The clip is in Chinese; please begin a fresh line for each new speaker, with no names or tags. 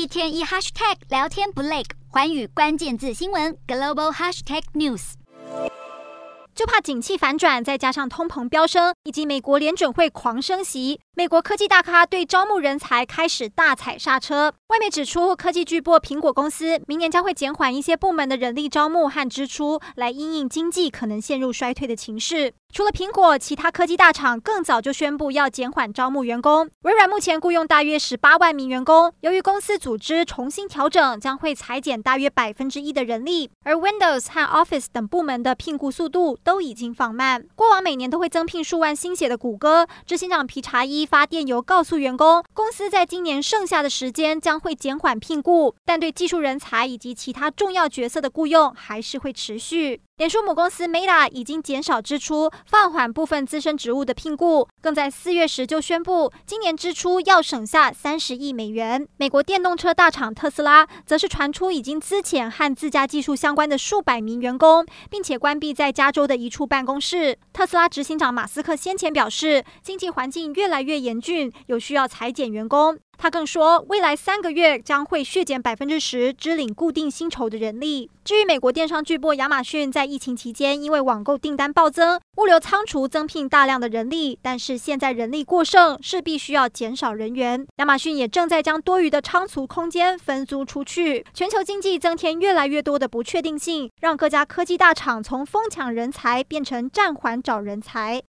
天一 hashtag 聊天不累，寰宇关键字新闻 global hashtag news。
就怕景气反转，再加上通膨飙升，以及美国联准会狂升息，美国科技大咖对招募人才开始大踩刹车。外媒指出，科技巨擘苹果公司明年将会减缓一些部门的人力招募和支出，来因应经济可能陷入衰退的情势。除了苹果，其他科技大厂更早就宣布要减缓招募员工。微软目前雇佣大约18万名员工，由于公司组织重新调整，将会裁减大约1%的人力。而 Windows 和 Office 等部门的聘雇速度都已经放慢。过往每年都会增聘数万新血的谷歌执行长皮查伊发电邮告诉员工，公司在今年剩下的时间将会减缓聘雇，但对技术人才以及其他重要角色的雇用还是会持续。脸书母公司 Meta 已经减少支出，放缓部分资深职务的聘雇，更在4月时就宣布，今年支出要省下30亿美元。美国电动车大厂特斯拉则是传出已经资遣和自驾技术相关的数百名员工，并且关闭在加州的一处办公室。特斯拉执行长马斯克先前表示，经济环境越来越严峻，有需要裁减员工。他更说，未来3个月将会削减10%支领固定薪酬的人力。至于美国电商巨擘亚马逊，在疫情期间因为网购订单暴增，物流仓储增聘大量的人力，但是现在人力过剩，势必需要减少人员。亚马逊也正在将多余的仓储空间分租出去。全球经济增添越来越多的不确定性，让各家科技大厂从疯抢人才变成暂缓找人才。